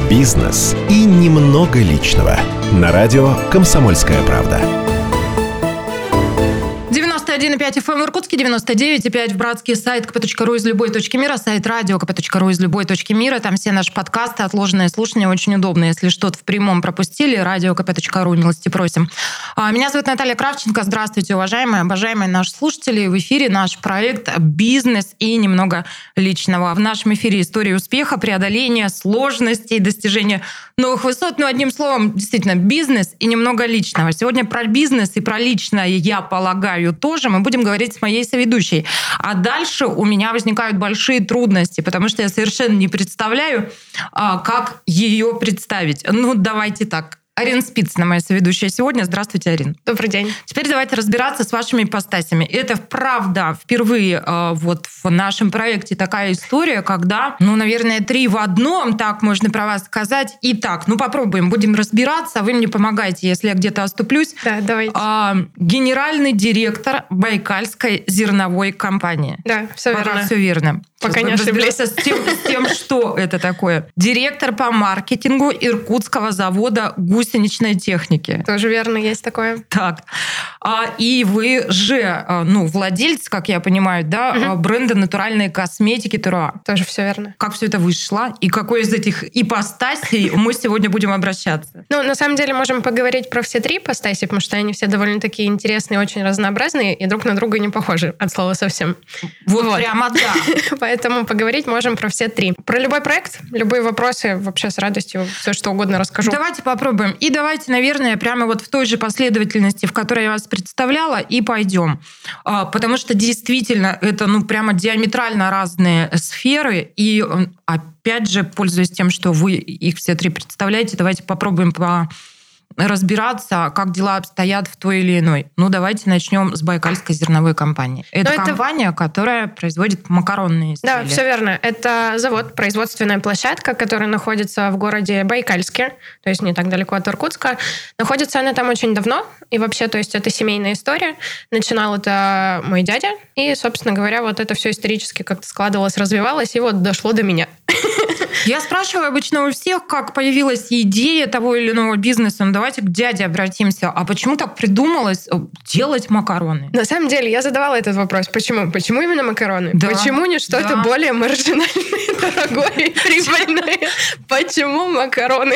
Бизнес и немного личного. На радио «Комсомольская правда». 91,5 FM в Иркутске, 99,5 в Братске, сайт kp.ru из любой точки мира, сайт радио kp.ru из любой точки мира. Там все наши подкасты, отложенные слушания, очень удобно. Если что-то в прямом пропустили, радио kp.ru, милости просим. Меня зовут Наталья Кравченко. Здравствуйте, уважаемые, обожаемые наши слушатели. В эфире наш проект «Бизнес и немного личного». В нашем эфире история успеха, преодоления сложностей, достижения новых высот. Одним словом, действительно, бизнес и немного личного. Сегодня про бизнес и про личное, я полагаю, тоже мы будем говорить с моей соведущей. А дальше у меня возникают большие трудности, потому что я совершенно не представляю, как ее представить. Давайте так. Арина Спицына, моя соведущая сегодня. Здравствуйте, Арина. Добрый день. Теперь давайте разбираться с вашими ипостасями. Это, правда, впервые в нашем проекте такая история, когда, наверное, 3 в одном, так можно про вас сказать. Итак, попробуем, будем разбираться. Вы мне помогаете, если я где-то оступлюсь. Да, давайте. Генеральный директор Байкальской зерновой компании. Да, все верно. Все верно. Пока не ошиблись. С тем, что это такое. Директор по маркетингу Иркутского завода гусеничной техники. Тоже верно, есть такое. Так. И вы же, владелец, как я понимаю, бренда натуральной косметики Теруа. Тоже все верно. Как все это вышло? И какой из этих ипостасей мы сегодня будем обращаться? На самом деле, можем поговорить про все 3 ипостаси, потому что они все довольно-таки интересные, очень разнообразные и друг на друга не похожи, от слова совсем. Вот. Прямо да. Поэтому поговорить можем про все 3. Про любой проект, любые вопросы, вообще с радостью все что угодно расскажу. Давайте попробуем. И давайте, наверное, прямо в той же последовательности, в которой я вас представляла, и пойдем. Потому что действительно это прямо диаметрально разные сферы. И опять же, пользуясь тем, что вы их все 3 представляете, давайте попробуем разбираться, как дела обстоят в той или иной. Давайте начнем с Байкальской зерновой компании. Это компания, которая производит макаронные изделия. Да, все верно. Это завод, производственная площадка, которая находится в городе Байкальске, то есть не так далеко от Иркутска. Находится она там очень давно, и вообще, то есть это семейная история. Начинал это мой дядя, и, собственно говоря, это все исторически как-то складывалось, развивалось, и дошло до меня. Я спрашиваю обычно у всех, как появилась идея того или иного бизнеса. Давайте к дяде обратимся. А почему так придумалось делать макароны? На самом деле, я задавала этот вопрос. Почему? Почему именно макароны? Да. Почему не что-то более маржинальное, дорогое и прибыльное? Почему макароны?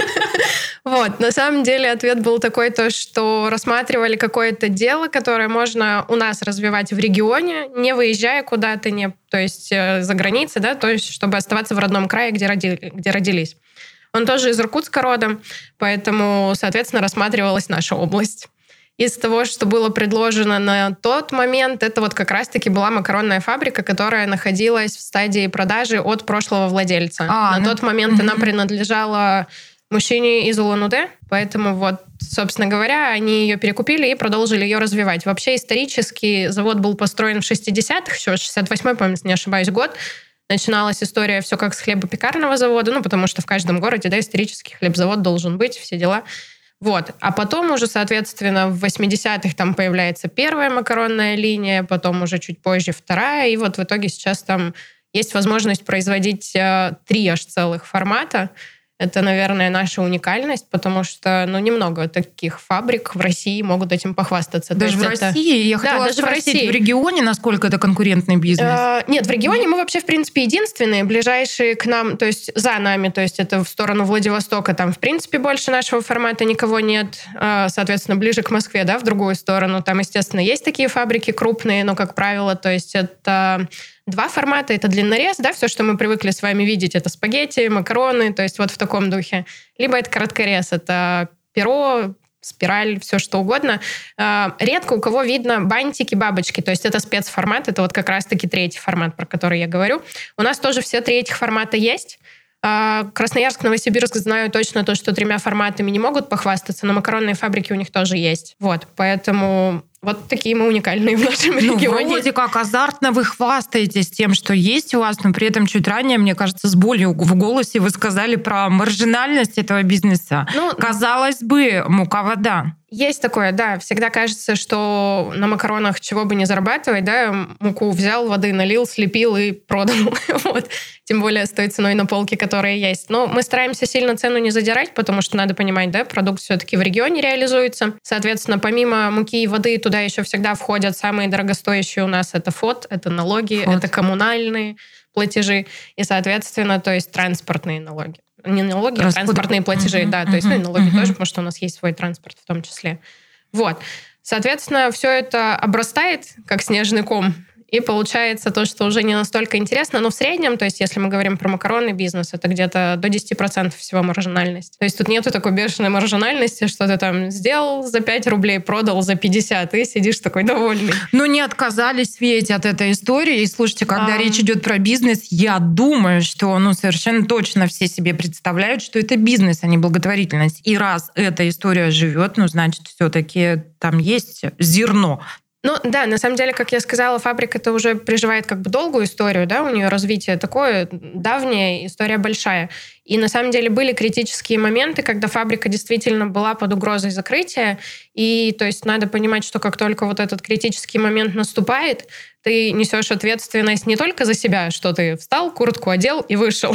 На самом деле ответ был такой, что рассматривали какое-то дело, которое можно у нас развивать в регионе, не выезжая куда-то, то есть за границей, то есть чтобы оставаться в родном крае, где родились. Он тоже из Иркутска родом, поэтому, соответственно, рассматривалась наша область. Из того, что было предложено на тот момент, это как раз-таки была макаронная фабрика, которая находилась в стадии продажи от прошлого владельца. На тот момент она принадлежала мужчине из Улан-Удэ, поэтому собственно говоря, они ее перекупили и продолжили ее развивать. Вообще исторически завод был построен в 60-х, еще 68-й, по-моему, если не ошибаюсь, год. Начиналась история все как с хлебопекарного завода, потому что в каждом городе, исторический хлебзавод должен быть, все дела. А потом уже, соответственно, в 80-х там появляется первая макаронная линия, потом уже чуть позже вторая, и в итоге сейчас там есть возможность производить 3 аж целых формата. Это, наверное, наша уникальность, потому что немного таких фабрик в России могут этим похвастаться. Даже в России? Я хотела спросить, в регионе насколько это конкурентный бизнес? Нет, в регионе мы вообще, в принципе, единственные. Ближайшие к нам, то есть за нами, то есть это в сторону Владивостока, там, в принципе, больше нашего формата никого нет. Соответственно, ближе к Москве, в другую сторону. Там, естественно, есть такие фабрики крупные, но, как правило, то есть это 2 формата. Это длиннорез, все, что мы привыкли с вами видеть, это спагетти, макароны, то есть в таком духе. Либо это короткорез, это перо, спираль, все что угодно. Редко у кого видно бантики, бабочки, то есть это спецформат, это как раз-таки 3-й формат, про который я говорю. У нас тоже все 3 этих формата есть. Красноярск, Новосибирск знаю точно то, что 3 форматами не могут похвастаться, но макаронные фабрики у них тоже есть. Поэтому Вот такие мы уникальные в нашем регионе. Вроде как азартно вы хвастаетесь тем, что есть у вас, но при этом чуть ранее, мне кажется, с болью в голосе вы сказали про маржинальность этого бизнеса. Казалось бы, мука-вода. Есть такое, да. Всегда кажется, что на макаронах чего бы не зарабатывать, да, муку взял, воды налил, слепил и продал. Вот. Тем более с той ценой на полке, которая есть. Но мы стараемся сильно цену не задирать, потому что надо понимать, да, продукт все-таки в регионе реализуется. Соответственно, помимо муки и воды, туда еще всегда входят самые дорогостоящие у нас. Это ФОТ, это налоги, это коммунальные платежи и, соответственно, то есть транспортные налоги. Не налоги, а транспортные платежи, да, то есть и налоги тоже, потому что у нас есть свой транспорт в том числе. Вот. Соответственно, все это обрастает, как снежный ком, и получается то, что уже не настолько интересно. Но в среднем, то есть если мы говорим про макаронный бизнес, это где-то до 10% всего маржинальность. То есть тут нету такой бешеной маржинальности, что ты там сделал за 5 рублей, продал за 50, и сидишь такой довольный. Ну, не отказались ведь от этой истории. И слушайте, когда речь идет про бизнес, я думаю, что совершенно точно все себе представляют, что это бизнес, а не благотворительность. И раз эта история живет, значит, все-таки там есть зерно. Да, на самом деле, как я сказала, фабрика-то уже переживает как бы долгую историю, да, у нее развитие такое давнее, история большая. И на самом деле были критические моменты, когда фабрика действительно была под угрозой закрытия. И то есть надо понимать, что как только вот этот критический момент наступает, ты несешь ответственность не только за себя, что ты встал, куртку одел и вышел.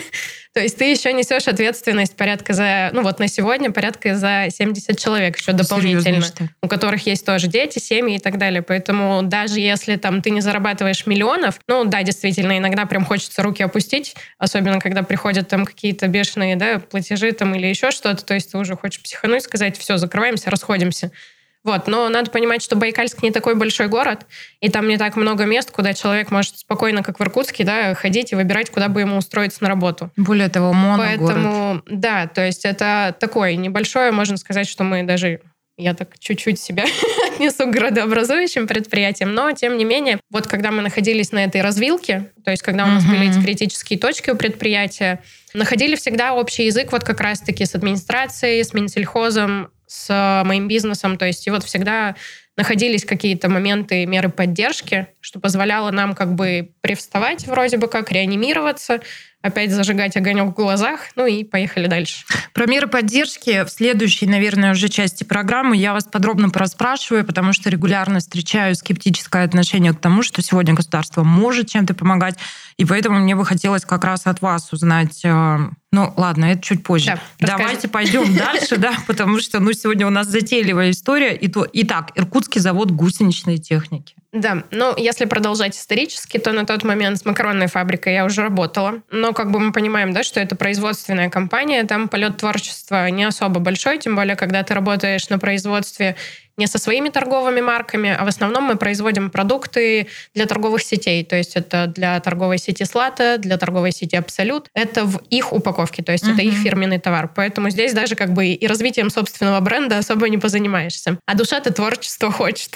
То есть ты еще несешь ответственность порядка за, на сегодня порядка за 70 человек еще дополнительно, у которых есть тоже дети, семьи и так далее. Поэтому даже если там ты не зарабатываешь миллионов, да, действительно, иногда прям хочется руки опустить, особенно когда приходят там какие-то бешеные, да, платежи там или еще что-то, то есть ты уже хочешь психануть, сказать, все, закрываемся, расходимся. Вот. Но надо понимать, что Байкальск не такой большой город, и там не так много мест, куда человек может спокойно, как в Иркутске, да, ходить и выбирать, куда бы ему устроиться на работу. Более того, моногород. Поэтому, да, то есть это такое небольшое, можно сказать, что мы даже... Я так чуть-чуть себя отнесу к градообразующим предприятиям, но, тем не менее, вот когда мы находились на этой развилке, то есть когда у нас были эти критические точки у предприятия, находили всегда общий язык вот как раз-таки с администрацией, с Минсельхозом, с моим бизнесом, то есть и вот всегда находились какие-то моменты, меры поддержки, что позволяло нам как бы привставать вроде бы как, реанимироваться, опять зажигать огонек в глазах, и поехали дальше. Про меры поддержки в следующей, наверное, уже части программы я вас подробно пораспрашиваю, потому что регулярно встречаю скептическое отношение к тому, что сегодня государство может чем-то помогать, и поэтому мне бы хотелось как раз от вас узнать... ладно, это чуть позже. Да, давайте пойдем дальше, да, потому что сегодня у нас затейливая история. Итак, Иркутский завод гусеничной техники. Да, если продолжать исторически, то на тот момент с макаронной фабрикой я уже работала. Но как бы мы понимаем, да, что это производственная компания, там полет творчества не особо большой, тем более, когда ты работаешь на производстве не со своими торговыми марками, а в основном мы производим продукты для торговых сетей. То есть это для торговой сети Слата, для торговой сети Абсолют. Это в их упаковке, то есть это их фирменный товар. Поэтому здесь даже как бы и развитием собственного бренда особо не позанимаешься. А душа-то творчество хочет.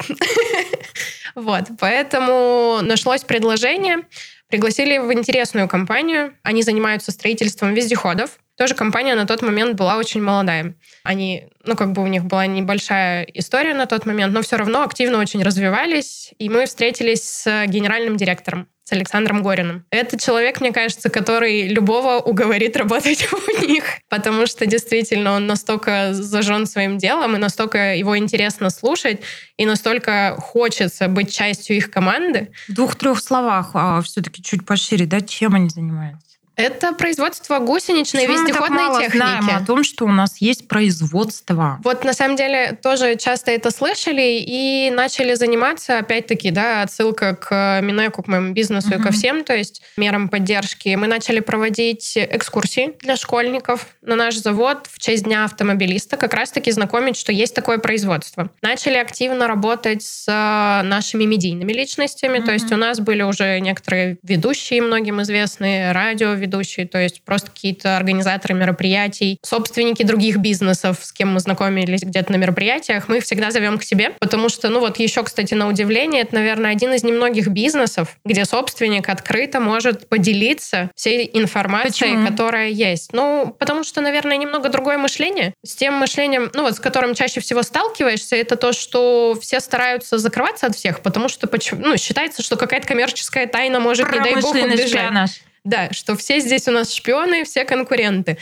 Вот, поэтому нашлось предложение. Пригласили в интересную компанию. Они занимаются строительством вездеходов. Тоже компания на тот момент была очень молодая. Они, у них была небольшая история на тот момент, но все равно активно очень развивались. И мы встретились с генеральным директором, с Александром Гориным. Это человек, мне кажется, который любого уговорит работать у них, потому что действительно он настолько зажжен своим делом, и настолько его интересно слушать, и настолько хочется быть частью их команды. В 2-3 словах все-таки чуть пошире, да, чем они занимаются? Это производство гусеничной вездеходной техники. Знаем о том, что у нас есть производство. Вот на самом деле тоже часто это слышали и начали заниматься, опять-таки, да, отсылка к Минэку, к моему бизнесу и ко всем, то есть мерам поддержки. Мы начали проводить экскурсии для школьников на наш завод в честь Дня автомобилиста, как раз-таки знакомить, что есть такое производство. Начали активно работать с нашими медийными личностями, то есть у нас были уже некоторые ведущие, многим известные, радио радиоведущие, то есть просто какие-то организаторы мероприятий, собственники других бизнесов, с кем мы знакомились где-то на мероприятиях, мы их всегда зовем к себе, потому что, еще, кстати, на удивление, это, наверное, один из немногих бизнесов, где собственник открыто может поделиться всей информацией, Почему? которая есть. Потому что, наверное, немного другое мышление. С тем мышлением, с которым чаще всего сталкиваешься, это то, что все стараются закрываться от всех, потому что считается, что какая-то коммерческая тайна может, не дай бог, убежать. Шпионаж. Да, что все здесь у нас шпионы, все конкуренты.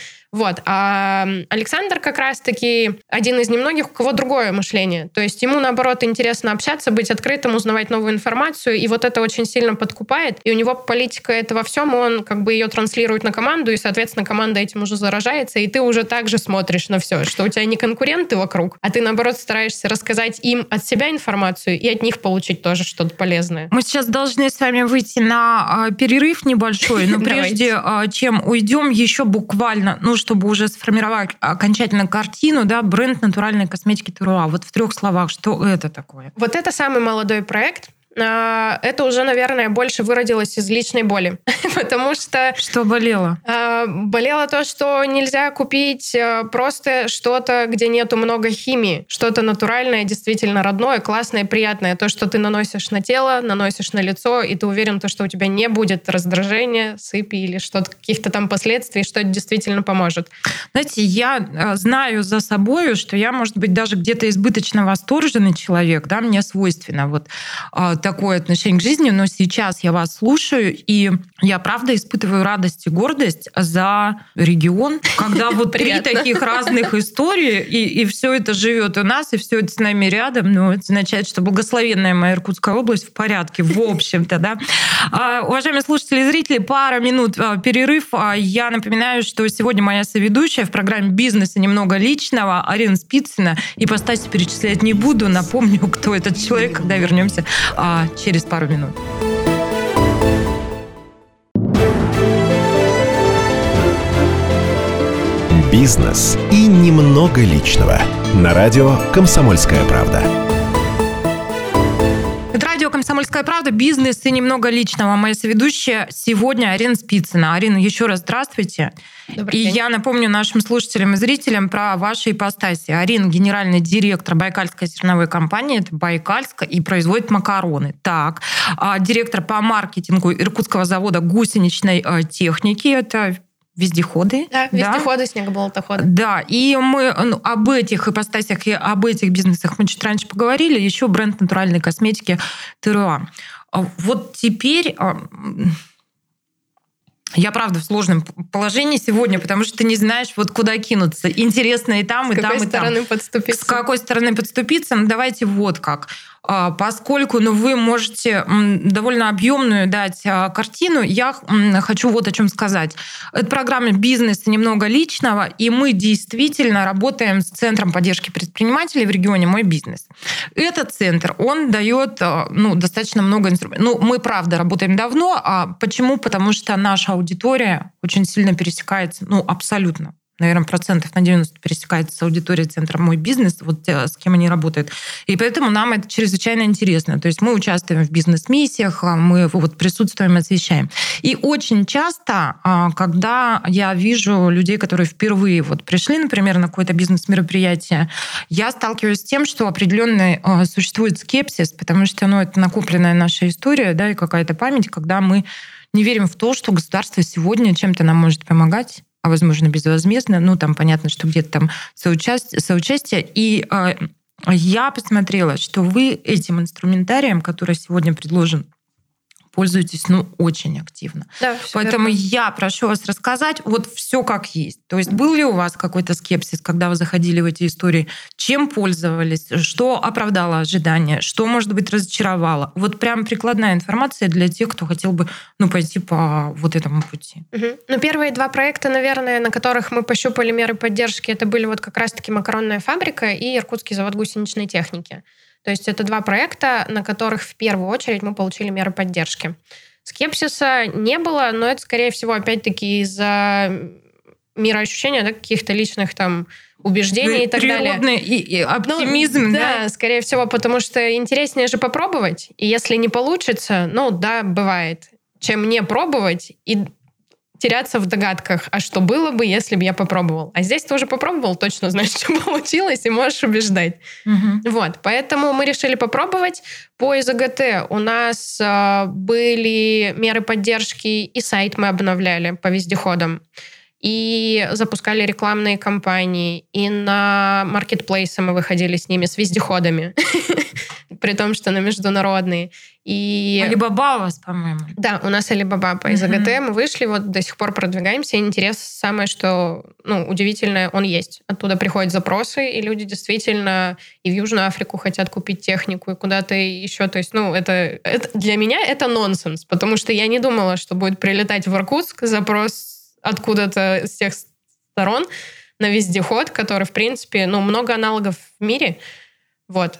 А Александр как раз-таки один из немногих, у кого другое мышление. То есть ему, наоборот, интересно общаться, быть открытым, узнавать новую информацию, и вот это очень сильно подкупает. И у него политика это во всем, он ее транслирует на команду, и, соответственно, команда этим уже заражается, и ты уже также смотришь на все, что у тебя не конкуренты вокруг, а ты, наоборот, стараешься рассказать им от себя информацию и от них получить тоже что-то полезное. Мы сейчас должны с вами выйти на перерыв небольшой, но прежде чем уйдем, еще буквально, чтобы уже сформировать окончательно картину, бренд натуральной косметики Теруа. Вот в 3 словах, что это такое? Вот это самый молодой проект. Это уже, наверное, больше выродилось из личной боли. Потому что... Что болело? Болело то, что нельзя купить просто что-то, где нету много химии. Что-то натуральное, действительно родное, классное, приятное. То, что ты наносишь на тело, наносишь на лицо, и ты уверен, что у тебя не будет раздражения, сыпи или что-то, каких-то там последствий, что это действительно поможет. Знаете, я знаю за собой, что я, может быть, даже где-то избыточно восторженный человек, мне свойственно такое отношение к жизни, но сейчас я вас слушаю, и я, правда, испытываю радость и гордость за регион, когда 3 таких разных истории, и все это живет у нас, и все это с нами рядом. Это означает, что благословенная моя Иркутская область в порядке, в общем-то, да. Уважаемые слушатели и зрители, пара минут перерыв. Я напоминаю, что сегодня моя соведущая в программе «Бизнес и немного личного» Арина Спицына. Ипостаси перечислять не буду. Напомню, кто этот человек, когда вернемся через пару минут. Бизнес и немного личного. На радио «Комсомольская правда». Это радио «Комсомольская правда», бизнес и немного личного. Моя соведущая сегодня Арина Спицына. Арина, еще раз здравствуйте. Добрый день. Я напомню нашим слушателям и зрителям про ваши ипостаси. Арина — генеральный директор Байкальской зерновой компании, это Байкальска, и производит макароны. Так. Директор по маркетингу Иркутского завода гусеничной техники, это вездеходы. Да, вездеходы, снегоболотоходы. Да, и мы об этих ипостасях и об этих бизнесах мы чуть раньше поговорили. Еще бренд натуральной косметики Теруа. Вот теперь... Я, правда, в сложном положении сегодня, потому что ты не знаешь, куда кинуться. Интересно и там, и там, и там. С какой стороны подступиться? С какой стороны подступиться? Давайте как. Поскольку вы можете довольно объемную дать картину, я хочу о чем сказать. Это программа «Бизнес и немного личного», и мы действительно работаем с Центром поддержки предпринимателей в регионе «Мой бизнес». Этот центр, он дает достаточно много инструментов. Мы, правда, работаем давно. Почему? Потому что наша аудитория очень сильно пересекается, абсолютно. Наверное, 90% пересекается с аудиторией центра «Мой бизнес», с кем они работают. И поэтому нам это чрезвычайно интересно. То есть мы участвуем в бизнес-миссиях, мы присутствуем и освещаем. И очень часто, когда я вижу людей, которые впервые пришли, например, на какое-то бизнес-мероприятие, я сталкиваюсь с тем, что определенный существует скепсис, потому что это накопленная наша история, и какая-то память, когда мы не верим в то, что государство сегодня чем-то нам может помогать, а возможно безвозмездно. Там понятно, что где-то там соучастие. И я посмотрела, что вы этим инструментарием, который сегодня предложен, пользуетесь очень активно. Да, поэтому я прошу вас рассказать все как есть. То есть был ли у вас какой-то скепсис, когда вы заходили в эти истории? Чем пользовались? Что оправдало ожидания? Что, может быть, разочаровало? Прям прикладная информация для тех, кто хотел бы пойти по этому пути. Угу. Первые 2 проекта, наверное, на которых мы пощупали меры поддержки, это были как раз-таки макаронная фабрика и Иркутский завод гусеничной техники. То есть это 2 проекта, на которых в первую очередь мы получили меры поддержки. Скепсиса не было, но это, скорее всего, опять-таки из-за мироощущения, каких-то личных убеждений и так далее. Природный и оптимизм, да? Да, скорее всего, потому что интереснее же попробовать. И если не получится, бывает. Чем не пробовать и теряться в догадках, а что было бы, если бы я попробовал. А здесь ты уже попробовал, точно знаешь, что получилось, и можешь убеждать. Вот, поэтому мы решили попробовать. По ИЗГТ у нас были меры поддержки, и сайт мы обновляли по вездеходам, и запускали рекламные кампании, и на маркетплейсы мы выходили с ними, с вездеходами, при том, что на международные. И... Alibaba у вас, по-моему. Да, у нас Alibaba по ИЗГТ. Мы вышли, вот до сих пор продвигаемся. И интерес самое, что удивительное, он есть. Оттуда приходят запросы, и люди действительно и в Южную Африку хотят купить технику, и куда-то еще. То есть, это для меня это нонсенс, потому что я не думала, что будет прилетать в Иркутск запрос откуда-то с тех сторон на вездеход, который, в принципе, много аналогов в мире. Вот,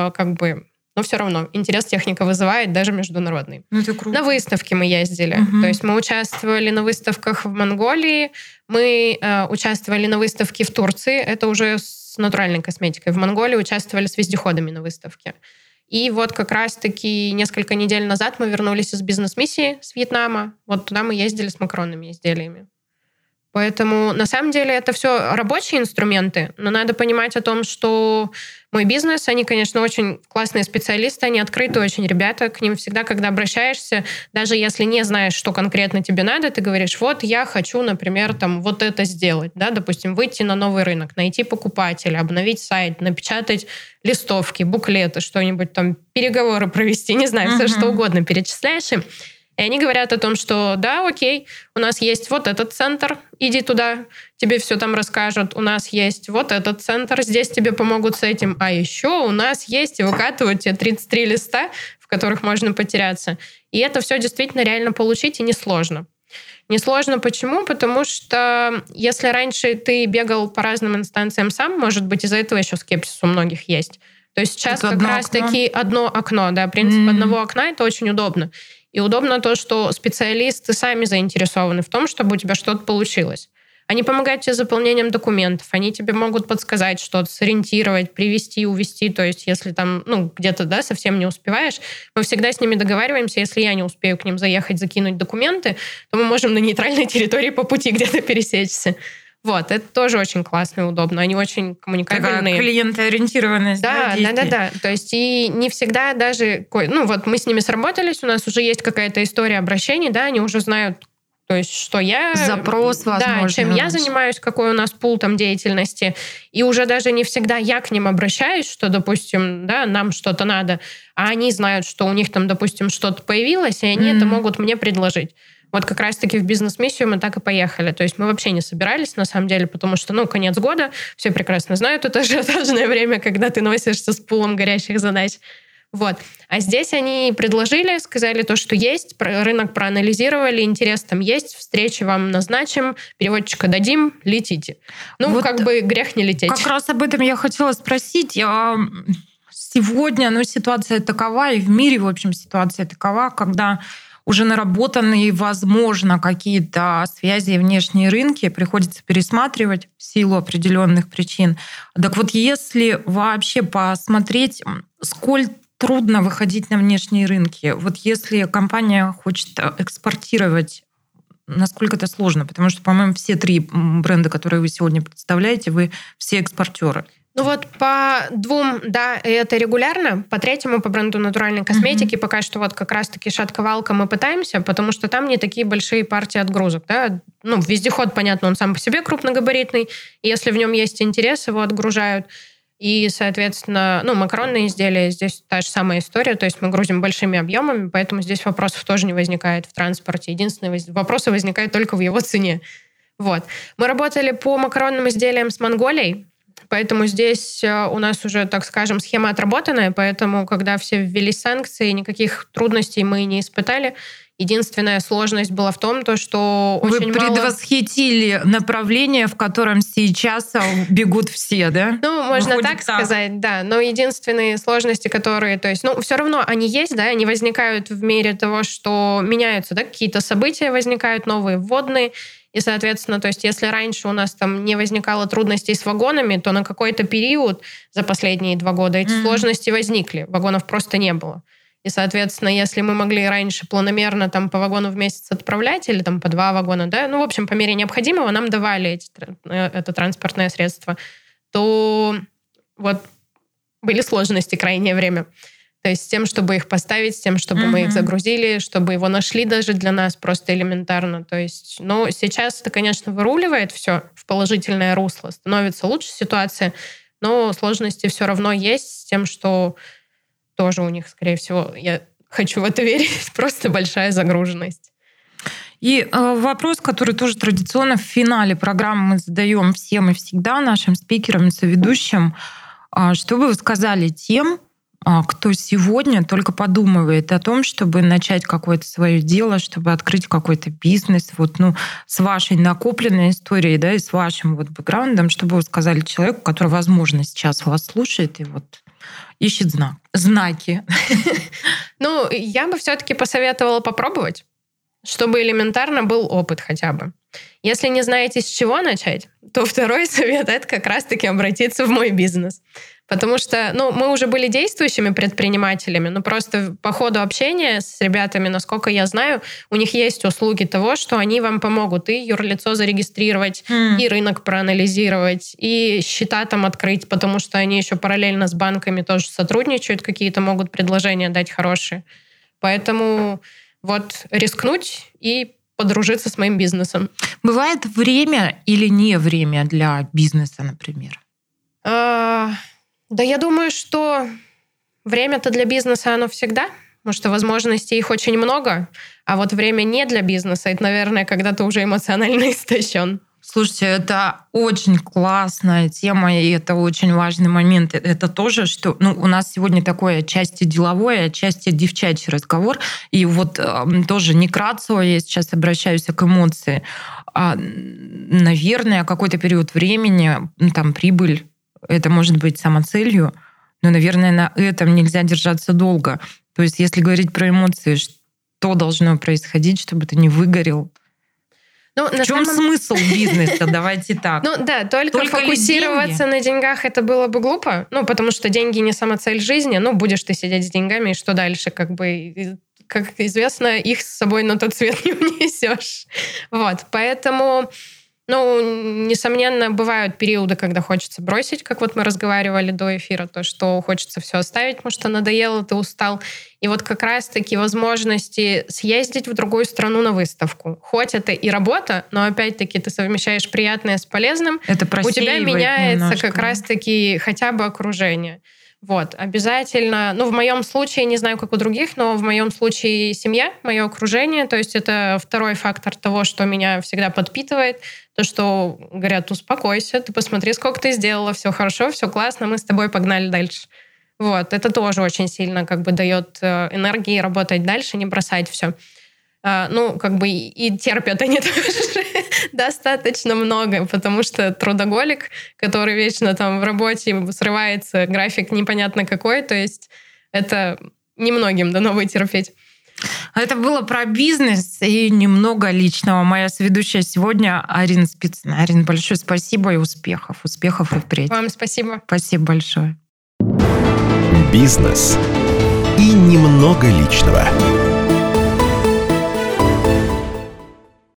но все равно интерес техника вызывает, даже международный. Это круто. На выставке мы ездили. То есть мы участвовали на выставках в Монголии, мы участвовали на выставке в Турции, это уже с натуральной косметикой. В Монголии участвовали с вездеходами на выставке. И вот как раз-таки несколько недель назад мы вернулись из бизнес-миссии с Вьетнама. Вот туда мы ездили с макаронными изделиями. Поэтому, на самом деле, это все рабочие инструменты, но надо понимать о том, что мой бизнес, они, конечно, очень классные специалисты, они открытые очень ребята, к ним всегда, когда обращаешься, даже если не знаешь, что конкретно тебе надо, ты говоришь, вот я хочу, например, вот это сделать, да, допустим, выйти на новый рынок, найти покупателя, обновить сайт, напечатать листовки, буклеты, что-нибудь там, переговоры провести, не знаю, все что угодно перечисляешь им. И они говорят о том, что да, окей, у нас есть вот этот центр, иди туда, тебе все там расскажут. У нас есть вот этот центр, здесь тебе помогут с этим. А еще у нас есть, и выкатывают тебе 33 листа, в которых можно потеряться. И это все действительно реально получить, и несложно. Несложно почему? Потому что если раньше ты бегал по разным инстанциям сам, может быть, из-за этого еще скепсис у многих есть. То есть сейчас как раз-таки одно окно, да, принцип одного окна, это очень удобно. И удобно то, что специалисты сами заинтересованы в том, чтобы у тебя что-то получилось. Они помогают тебе с заполнением документов, они тебе могут подсказать что-то, сориентировать, привести, увести. То есть если там где-то совсем не успеваешь, мы всегда с ними договариваемся. Если я не успею к ним заехать, закинуть документы, то мы можем на нейтральной территории по пути где-то пересечься. Вот, это тоже очень классно и удобно. Они очень коммуникабельные. Такая клиентоориентированность. Да. То есть и не всегда даже... вот мы с ними сработались, у нас уже есть какая-то история обращений, да, они уже знают, то есть что я... Запрос, возможно. Да, чем я занимаюсь, какой у нас пул там деятельности. И уже даже не всегда я к ним обращаюсь, что, допустим, да, нам что-то надо, а они знают, что у них там, допустим, что-то появилось, и они это могут мне предложить. Вот как раз-таки в бизнес-миссию мы так и поехали. То есть мы вообще не собирались, на самом деле, потому что, конец года, все прекрасно знают, это ажиотажное время, когда ты носишься с пулом горящих задач. Вот. А здесь они предложили, сказали то, что есть, рынок проанализировали, интерес там есть, встречи вам назначим, переводчика дадим, летите. Грех не лететь. Как раз об этом я хотела спросить. Сегодня, ситуация такова, и в мире, в общем, ситуация такова, когда уже наработанные, возможно, какие-то связи и внешние рынки приходится пересматривать в силу определенных причин. Так вот, если вообще посмотреть, сколь трудно выходить на внешние рынки, вот если компания хочет экспортировать, насколько это сложно? Потому что, по-моему, все 3 бренда, которые вы сегодня представляете, вы все экспортеры. По 2, да, это регулярно. По 3, по бренду натуральной косметики, пока что вот как раз-таки шатковалка мы пытаемся, потому что там не такие большие партии отгрузок. Да? Вездеход, понятно, он сам по себе крупногабаритный, и если в нем есть интерес, его отгружают. И, соответственно, макаронные изделия, здесь та же самая история, то есть мы грузим большими объемами, поэтому здесь вопросов тоже не возникает в транспорте. Единственные вопросы возникают только в его цене. Вот. Мы работали по макаронным изделиям с Монголией, поэтому здесь у нас уже, так скажем, схема отработанная, поэтому, когда все ввели санкции, никаких трудностей мы не испытали. Единственная сложность была в том, что очень мало... Вы предвосхитили направление, в котором сейчас бегут все, да? Можно так сказать, да. Но единственные сложности, которые... То есть, все равно они есть, да, они возникают в мере того, что меняются, да, какие-то события возникают, новые вводные. И, соответственно, то есть если раньше у нас там не возникало трудностей с вагонами, то на какой-то период за последние 2 года эти сложности возникли. Вагонов просто не было. И, соответственно, если мы могли раньше планомерно там по вагону в месяц отправлять или там по 2 вагона, да, ну, в общем, по мере необходимого нам давали это транспортное средство, то вот были сложности крайнее время. То есть с тем, чтобы их поставить, с тем, чтобы мы их загрузили, чтобы его нашли даже для нас просто элементарно. То есть, ну, сейчас это, конечно, выруливает все в положительное русло, становится лучше ситуация, но сложности все равно есть с тем, что тоже у них, скорее всего, я хочу в это верить, просто большая загруженность. И вопрос, который тоже традиционно в финале программы мы задаем всем и всегда нашим спикерам и соведущим. Что бы вы сказали тем, кто сегодня только подумывает о том, чтобы начать какое-то свое дело, чтобы открыть какой-то бизнес, вот, ну, с вашей накопленной историей, да, и с вашим вот бэкграундом, чтобы вы сказали человеку, который, возможно, сейчас вас слушает и вот ищет знаки? Ну, я бы все-таки посоветовала попробовать, чтобы элементарно был опыт хотя бы. Если не знаете, с чего начать, то второй совет — это как раз-таки обратиться в мой бизнес. Потому что, ну, мы уже были действующими предпринимателями, но просто по ходу общения с ребятами, насколько я знаю, у них есть услуги того, что они вам помогут и юрлицо зарегистрировать, и рынок проанализировать, и счета там открыть, потому что они еще параллельно с банками тоже сотрудничают, какие-то могут предложения дать хорошие. Поэтому вот рискнуть и подружиться с моим бизнесом. Бывает время или не время для бизнеса, например? Да, я думаю, что время-то для бизнеса оно всегда, потому что возможностей их очень много, а вот время не для бизнеса, это, наверное, когда ты уже эмоционально истощен. Слушайте, это очень классная тема, и это очень важный момент. Это тоже, что у нас сегодня такое отчасти деловое, отчасти девчачий разговор. И вот тоже не кратко, я сейчас обращаюсь к эмоции. Наверное, какой-то период времени, там, прибыль, это может быть самоцелью, но, наверное, на этом нельзя держаться долго. То есть, если говорить про эмоции, что должно происходить, чтобы ты не выгорел? Ну, в чем смысл бизнеса? Давайте так. Ну да, только фокусироваться на деньгах это было бы глупо. Ну, потому что деньги не сама цель жизни. Ну, будешь ты сидеть с деньгами, и что дальше? Как бы, как известно, их с собой на тот свет не унесешь. Вот, поэтому... Ну, несомненно, бывают периоды, когда хочется бросить, как вот мы разговаривали до эфира, то, что хочется все оставить, потому что надоело, ты устал. И вот как раз-таки возможности съездить в другую страну на выставку. Хоть это и работа, но опять-таки ты совмещаешь приятное с полезным. Это у тебя меняется немножко. как раз-таки хотя бы окружение. Вот, обязательно, ну, в моем случае, не знаю, как у других, но в моем случае семья, мое окружение, то есть это второй фактор того, что меня всегда подпитывает, то, что говорят, успокойся, ты посмотри, сколько ты сделала, все хорошо, все классно, мы с тобой погнали дальше. Вот, это тоже очень сильно как бы дает энергии работать дальше, не бросать все. Ну, как бы и терпят они тоже достаточно много, потому что трудоголик, который вечно там в работе срывается, график непонятно какой, то есть это немногим дано вытерпеть. Это было про бизнес и немного личного. Моя соведущая сегодня Арина Спицына. Арина, большое спасибо и успехов. Успехов и впредь. Вам спасибо. Спасибо большое. Бизнес и немного личного.